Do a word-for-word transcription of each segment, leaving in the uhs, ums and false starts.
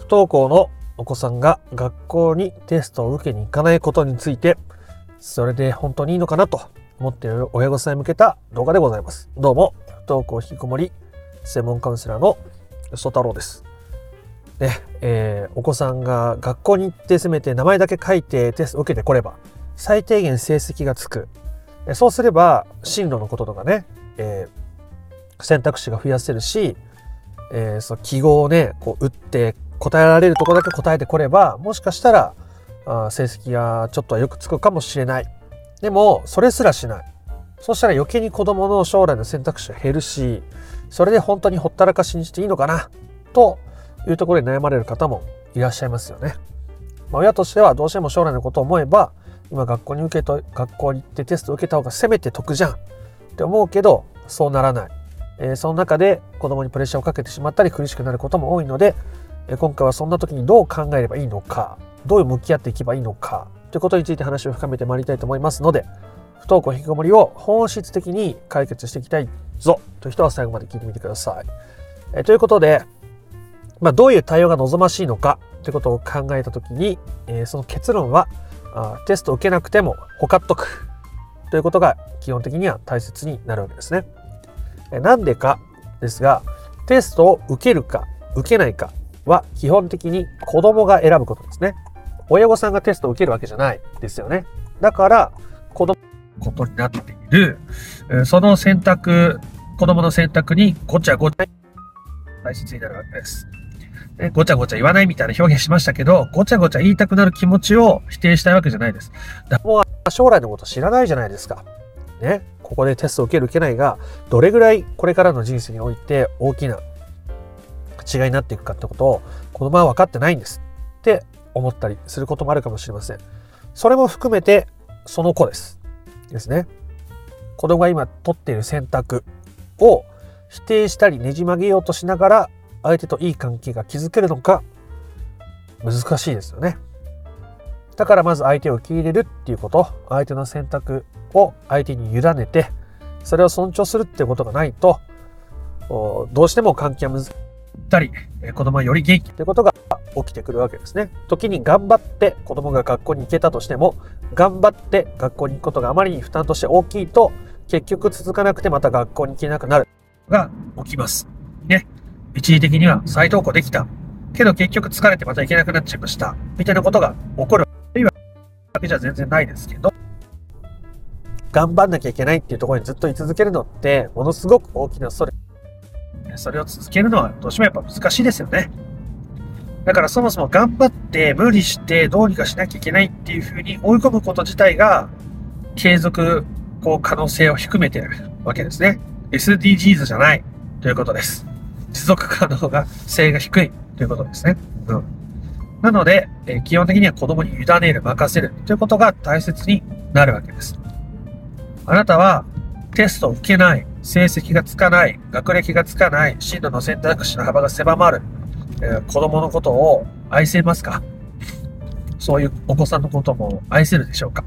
登校のお子さんが学校にテストを受けに行かないことについて、それで本当にいいのかなと思っている親御さんに向けた動画でございます。どうも、不登校引きこもり専門カウンセラーの曽太郎です。ね、えー、お子さんが学校に行ってせめて名前だけ書いてテストを受けてこれば、最低限成績がつく。そうすれば進路のこととかね、えー、選択肢が増やせるし、えー、その記号をね、こう打って答えられるところだけ答えてこれば、もしかしたらあ成績がちょっとはよくつくかもしれない。でもそれすらしない。そしたら余計に子供の将来の選択肢が減るし、それで本当にほったらかしにしていいのかなというところで悩まれる方もいらっしゃいますよね。まあ、親としてはどうしても将来のことを思えば、今学校に受けと学校に行ってテストを受けた方がせめて得じゃんって思うけど、そうならない。えー、その中で子供にプレッシャーをかけてしまったり苦しくなることも多いので、えー、今回はそんな時にどう考えればいいのか、どう向き合っていけばいいのかということについて話を深めてまいりたいと思いますので、不登校引きこもりを本質的に解決していきたいぞという人は最後まで聞いてみてください。えー、ということで、まあ、どういう対応が望ましいのかということを考えた時に、えー、その結論はあテストを受けなくてもほかっとくということが基本的には大切になるわけですね。なんでかですが、テストを受けるか受けないかは基本的に子供が選ぶことですね。親御さんがテストを受けるわけじゃないですよね。だから子供のことになっている、その選択、子供の選択にごちゃごちゃ大切になるわけです。ごちゃごちゃ言わないみたいな表現しましたけど、ごちゃごちゃ言いたくなる気持ちを否定したいわけじゃないです。だもう将来のこと知らないじゃないですか。ね、ここでテストを受ける受けないが、どれぐらいこれからの人生において大きな違いになっていくかってことを子供は分かってないんですって思ったりすることもあるかもしれません。それも含めてその子です。ですね。子供が今取っている選択を否定したりねじ曲げようとしながら相手といい関係が築けるのか難しいですよね。だからまず相手を受け入れるっていうこと、相手の選択を相手に委ねてそれを尊重するっていうことがないと、どうしても関係が難しかったり子供はより元気ってことが起きてくるわけですね。時に頑張って子供が学校に行けたとしても、頑張って学校に行くことがあまりに負担として大きいと結局続かなくてまた学校に行けなくなるが起きますね。一時的には再登校できたけど結局疲れてまた行けなくなっちゃいましたみたいなことが起こるわけじゃ全然ないですけど、頑張んなきゃいけないっていうところにずっと居続けるのってものすごく大きなストレス。それを続けるのはどうしてもやっぱ難しいですよね。だからそもそも頑張って無理してどうにかしなきゃいけないっていうふうに追い込むこと自体が継続こう可能性を低めているわけですね。エスディージーズ じゃないということです。持続可能が性が低いということですね。うん、なので、えー、基本的には子供に委ねる、任せるということが大切になるわけです。あなたはテストを受けない、成績がつかない、学歴がつかない、進路の選択肢の幅が狭まる、えー、子供のことを愛せますか？そういうお子さんのことも愛せるでしょうか？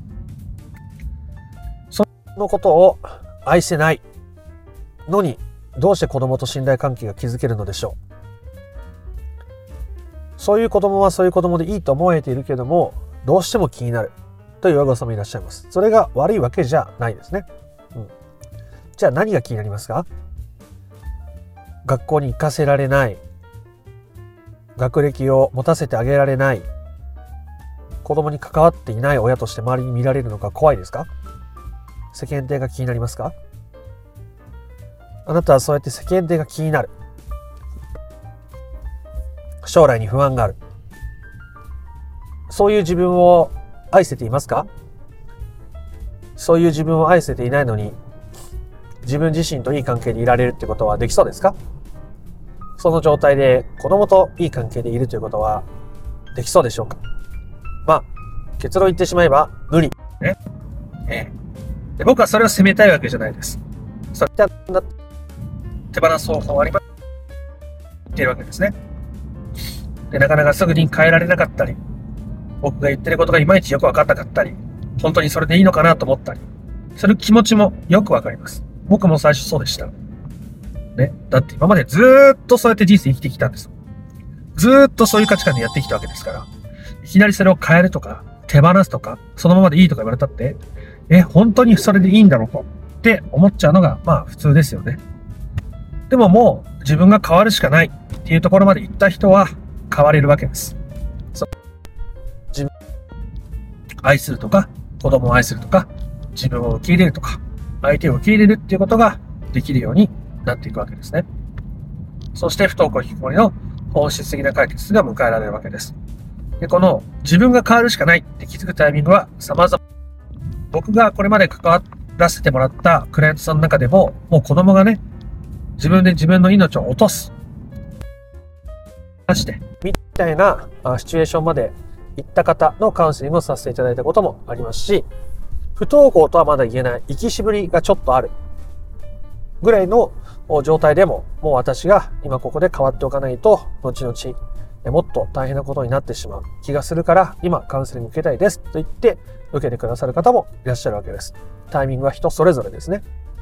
そのことを愛せないのにどうして子供と信頼関係が築けるのでしょう。そういう子供はそういう子供でいいと思えているけども、どうしても気になるという親御さんもいらっしゃいます。それが悪いわけじゃないですね。うん、じゃあ何が気になりますか？学校に行かせられない、学歴を持たせてあげられない、子供に関わっていない親として周りに見られるのが怖いですか？世間体が気になりますか？あなたはそうやって世間体が気になる。将来に不安がある。そういう自分を愛せていますか？そういう自分を愛せていないのに、自分自身といい関係でいられるってことはできそうですか？その状態で子供といい関係でいるということはできそうでしょうか？まあ、結論言ってしまえば無理。ね。ええ。で、僕はそれを責めたいわけじゃないです。それだ手放す方法ありますっていうわけですね。で、なかなかすぐに変えられなかったり、僕が言ってることがいまいちよく分かんなかったり、本当にそれでいいのかなと思ったり、その気持ちもよくわかります。僕も最初そうでした。ね。だって今までずーっとそうやって人生生きてきたんです。 ずーっとそういう価値観でやってきたわけですから、いきなりそれを変えるとか、手放すとか、そのままでいいとか言われたって、え、本当にそれでいいんだろうかって思っちゃうのが、まあ普通ですよね。でももう自分が変わるしかないっていうところまで行った人は変われるわけです。そう。自分を愛するとか、子供を愛するとか、自分を受け入れるとか、相手を受け入れるっていうことができるようになっていくわけですね。そして不登校引きこもりの本質的な解決が迎えられるわけです。で、この自分が変わるしかないって気づくタイミングは様々。僕がこれまで関わらせてもらったクライアントさんの中でも、もう子供がね、自分で自分の命を落とす。して、みたいなシチュエーションまで行った方のカウンセリングをさせていただいたこともありますし、不登校とはまだ言えない生きしぶりがちょっとあるぐらいの状態でも、もう私が今ここで変わっておかないと、後々もっと大変なことになってしまう気がするから、今カウンセリング受けたいですと言って受けてくださる方もいらっしゃるわけです。タイミングは人それぞれですね。うん、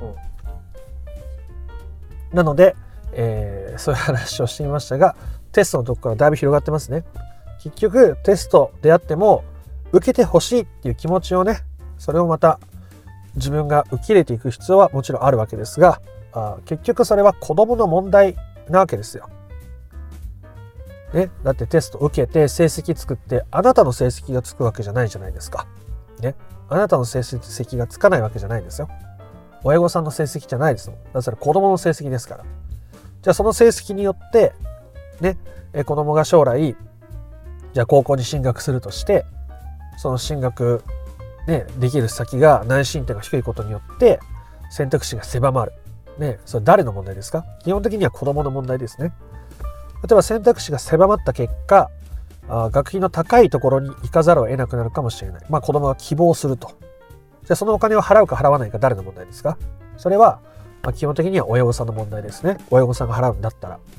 なので、えー、そういう話をしていましたが、テストのとこからだいぶ広がってますね。結局テストであっても受けてほしいっていう気持ちをね、それをまた自分が受け入れていく必要はもちろんあるわけですが、あ結局それは子供の問題なわけですよ。ね、だってテスト受けて成績作ってあなたの成績がつくわけじゃないじゃないですか。ね、あなたの成績がつかないわけじゃないですよ。親御さんの成績じゃないですもん。だから子供の成績ですから。じゃあその成績によってね、子供が将来じゃあ高校に進学するとして、その進学ねできる先が内申点が低いことによって選択肢が狭まる。ね、それ誰の問題ですか？基本的には子供の問題ですね。例えば選択肢が狭まった結果、あ学費の高いところに行かざるを得なくなるかもしれない。まあ子供が希望すると。じゃあそのお金を払うか払わないか誰の問題ですか？それは、まあ、基本的には親御さんの問題ですね。親御さんが払うんだったら。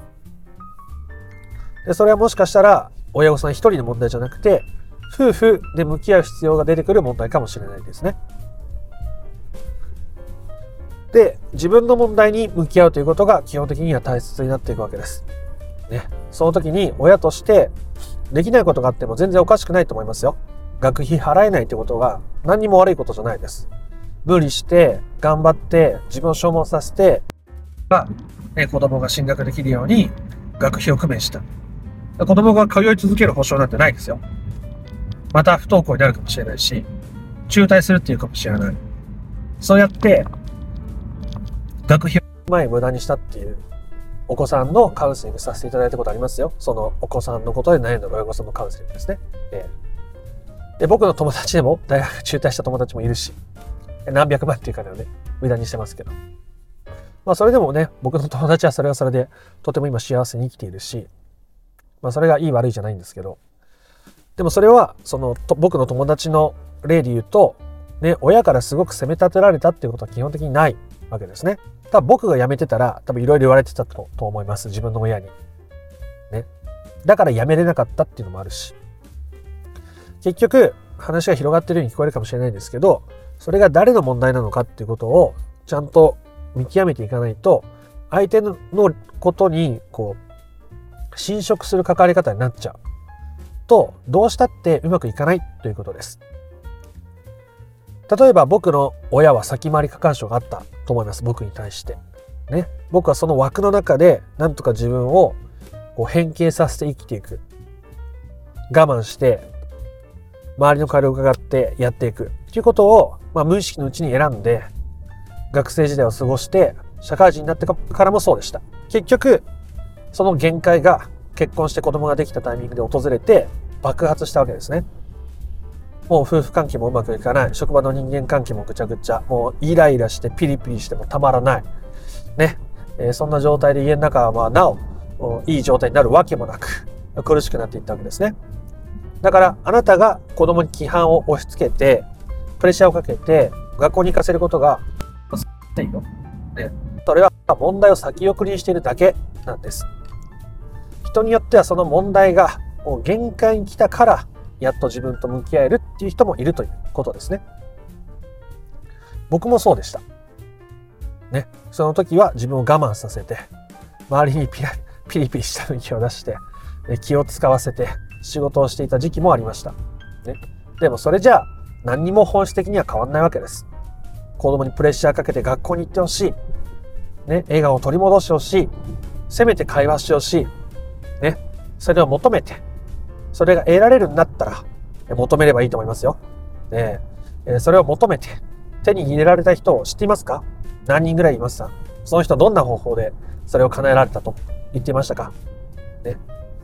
でそれはもしかしたら親御さん一人の問題じゃなくて、夫婦で向き合う必要が出てくる問題かもしれないですね。で、自分の問題に向き合うということが基本的には大切になっていくわけです。ね、その時に親としてできないことがあっても全然おかしくないと思いますよ。学費払えないってことが何にも悪いことじゃないです。無理して頑張って自分を消耗させて、まあね、子供が進学できるように学費を工面した。子供が通い続ける保証なんてないですよ。また不登校になるかもしれないし、中退するっていうかもしれない。そうやって学費を前無駄にしたっていうお子さんのカウンセリングさせていただいたことありますよ。そのお子さんのことで悩んだ親御さんのカウンセリングですね。えー、で僕の友達でも大学中退した友達もいるし、何百万っていう金をね無駄にしてますけど、まあそれでもね、僕の友達はそれはそれでとても今幸せに生きているし、まあそれがいい悪いじゃないんですけど、でもそれはそのと僕の友達の例で言うとね、親からすごく責め立てられたっていうことは基本的にないわけですね。多分僕が辞めてたら多分いろいろ言われてた と, と思います。自分の親にね。だから辞めれなかったっていうのもあるし、結局話が広がってるように聞こえるかもしれないんですけど、それが誰の問題なのかっていうことをちゃんと見極めていかないと、相手のことにこう侵食する関わり方になっちゃうと、どうしたってうまくいかないということです。例えば僕の親は先回り過干渉があったと思います。僕に対してね、僕はその枠の中でなんとか自分をこう変形させて生きていく、我慢して周りの顔を伺ってやっていくということを、まあ、無意識のうちに選んで学生時代を過ごして、社会人になってからもそうでした。結局その限界が結婚して子供ができたタイミングで訪れて爆発したわけですね。もう夫婦関係もうまくいかない、職場の人間関係もぐちゃぐちゃ、もうイライラしてピリピリしてもたまらないね、えー、そんな状態で家の中はまあなおいい状態になるわけもなく苦しくなっていったわけですね。だからあなたが子供に規範を押し付けてプレッシャーをかけて学校に行かせることがいいよ、ね、それは問題を先送りにしているだけなんです。人によってはその問題がもう限界に来たからやっと自分と向き合えるっていう人もいるということですね。僕もそうでしたね。その時は自分を我慢させて周りにピラピリピリした雰囲気を出して気を使わせて仕事をしていた時期もありました。ね、でもそれじゃあ何にも本質的には変わんないわけです。子供にプレッシャーかけて学校に行ってほしい。ね、笑顔を取り戻してほしい。せめて会話してほしい。ね、それを求めて、それが得られるんだったら求めればいいと思いますよ。ね、それを求めて手に入れられた人を知っていますか？何人ぐらいいますか？その人どんな方法でそれを叶えられたと言っていましたか？ね、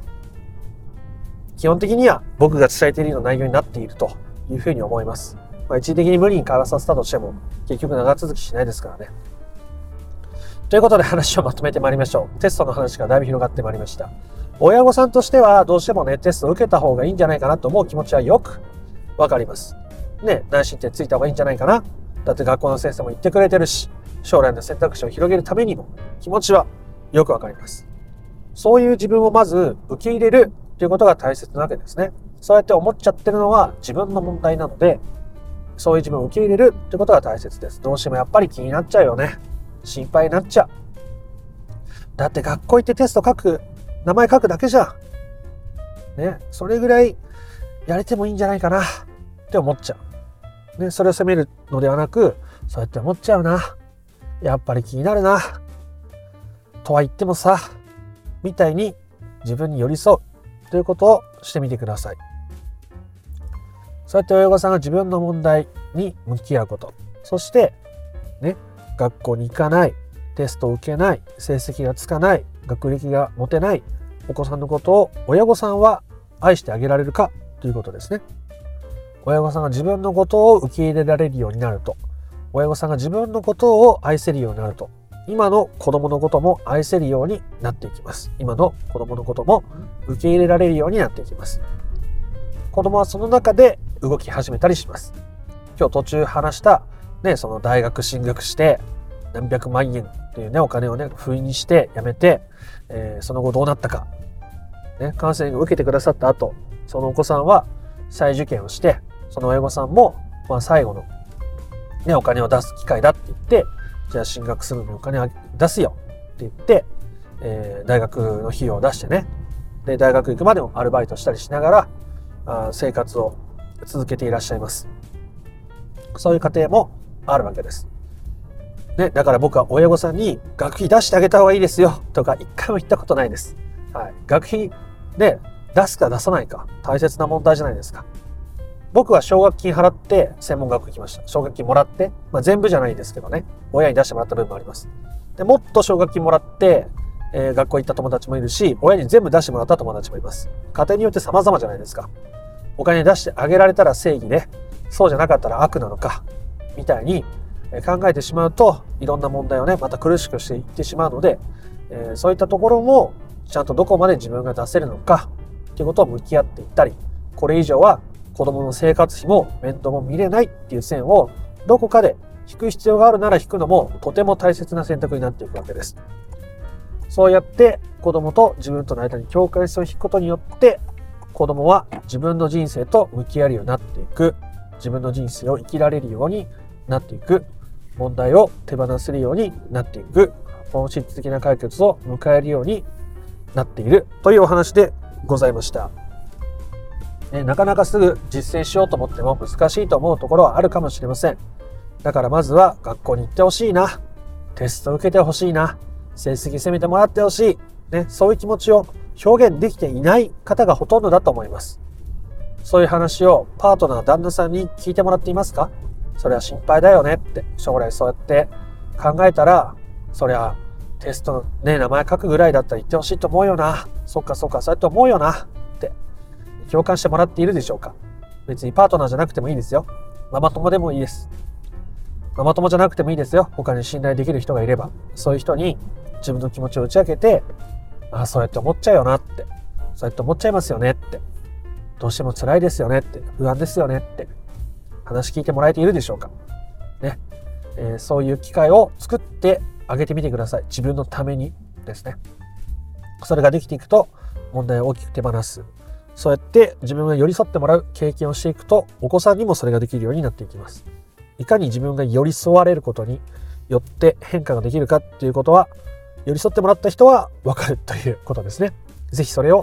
基本的には僕が伝えているような内容になっているというふうに思います。まあ、一時的に無理に会話させたとしても結局長続きしないですからね。ということで話をまとめてまいりましょう。テストの話がだいぶ広がってまいりました。親御さんとしてはどうしてもね、テストを受けた方がいいんじゃないかなと思う気持ちはよくわかります。ね、内申点ついた方がいいんじゃないかな。だって学校の先生も言ってくれてるし、将来の選択肢を広げるためにも気持ちはよくわかります。そういう自分をまず受け入れるということが大切なわけですね。そうやって思っちゃってるのは自分の問題なので、そういう自分を受け入れるということが大切です。どうしてもやっぱり気になっちゃうよね。心配になっちゃう。だって学校行ってテスト書く、名前書くだけじゃん。ね、それぐらいやれてもいいんじゃないかなって思っちゃう。ね、それを責めるのではなく、そうやって思っちゃうな。やっぱり気になるな。とは言ってもさ、みたいに自分に寄り添うということをしてみてください。そうやって親御さんが自分の問題に向き合うこと。そして、ね、学校に行かない、テストを受けない、成績がつかない、学歴が持てないお子さんのことを親御さんは愛してあげられるかということですね。親御さんが自分のことを受け入れられるようになると、親御さんが自分のことを愛せるようになると、今の子供のことも愛せるようになっていきます。今の子供のことも受け入れられるようになっていきます。子供はその中で動き始めたりします。今日途中話したね、その大学進学して何百万円というね、お金をね、不意にして辞めて、えー、その後どうなったか。ね、カウンセリングを受けてくださった後、そのお子さんは再受験をして、その親御さんも、まあ、最後の、ね、お金を出す機会だって言って、じゃあ進学するのにお金を出すよって言って、えー、大学の費用を出してね、で、大学行くまでもアルバイトしたりしながら、あ生活を続けていらっしゃいます。そういう家庭もあるわけです。ね、だから僕は親御さんに学費出してあげた方がいいですよとか一回も言ったことないです。はい、学費ね、出すか出さないか大切な問題じゃないですか。僕は奨学金払って専門学校行きました。奨学金もらって、まあ、全部じゃないですけどね、親に出してもらった部分もあります。でもっと奨学金もらって、えー、学校行った友達もいるし、親に全部出してもらった友達もいます。家庭によって様々じゃないですか。お金出してあげられたら正義で、そうじゃなかったら悪なのかみたいに考えてしまうと、いろんな問題をね、また苦しくしていってしまうので、えー、そういったところもちゃんとどこまで自分が出せるのかということを向き合っていったり、これ以上は子供の生活費も面倒も見れないっていう線をどこかで引く必要があるなら引くのもとても大切な選択になっていくわけです。そうやって子供と自分との間に境界線を引くことによって、子供は自分の人生と向き合えるようになっていく、自分の人生を生きられるようになっていく、問題を手放せるようになっていく、本質的な解決を迎えるようになっているというお話でございました。ね、なかなかすぐ実践しようと思っても難しいと思うところはあるかもしれません。だからまずは学校に行ってほしいな、テスト受けてほしいな、成績攻めてもらってほしい、ね、そういう気持ちを表現できていない方がほとんどだと思います。そういう話をパートナー、旦那さんに聞いてもらっていますか？それは心配だよねって、将来そうやって考えたら、そりゃテストのね、名前書くぐらいだったら言ってほしいと思うよな、そっかそっか、そうやって思うよなって共感してもらっているでしょうか？別にパートナーじゃなくてもいいですよ。ママ友でもいいです。ママ友じゃなくてもいいですよ。他に信頼できる人がいれば、そういう人に自分の気持ちを打ち明けて、ああ、そうやって思っちゃうよなって、そうやって思っちゃいますよねって、どうしても辛いですよねって、不安ですよねって話聞いてもらえているでしょうかね、えー、そういう機会を作ってあげてみてください。自分のためにですね。それができていくと問題を大きく手放す、そうやって自分が寄り添ってもらう経験をしていくと、お子さんにもそれができるようになっていきます。いかに自分が寄り添われることによって変化ができるかっていうことは、寄り添ってもらった人は分かるということですね。ぜひそれを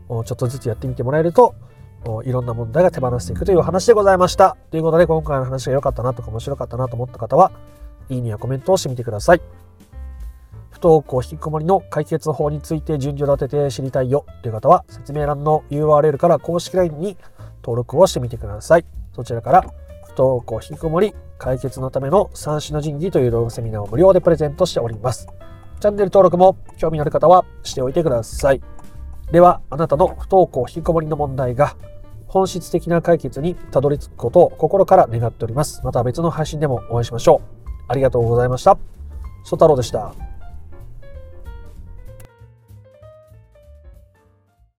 ちょっとずつやってみてもらえるといろんな問題が手放していくというお話でございました。ということで今回の話が良かったなとか面白かったなと思った方はいいねやコメントをしてみてください。不登校引きこもりの解決法について順序立てて知りたいよという方は説明欄の ユーアールエル から公式 ライン に登録をしてみてください。そちらから不登校引きこもり解決のための三種の神器という動画セミナーを無料でプレゼントしております。チャンネル登録も興味のある方はしておいてください。ではあなたの不登校引きこもりの問題が本質的な解決にたどり着くことを心から願っております。また別の配信でもお会いしましょう。ありがとうございました。曽太郎でした。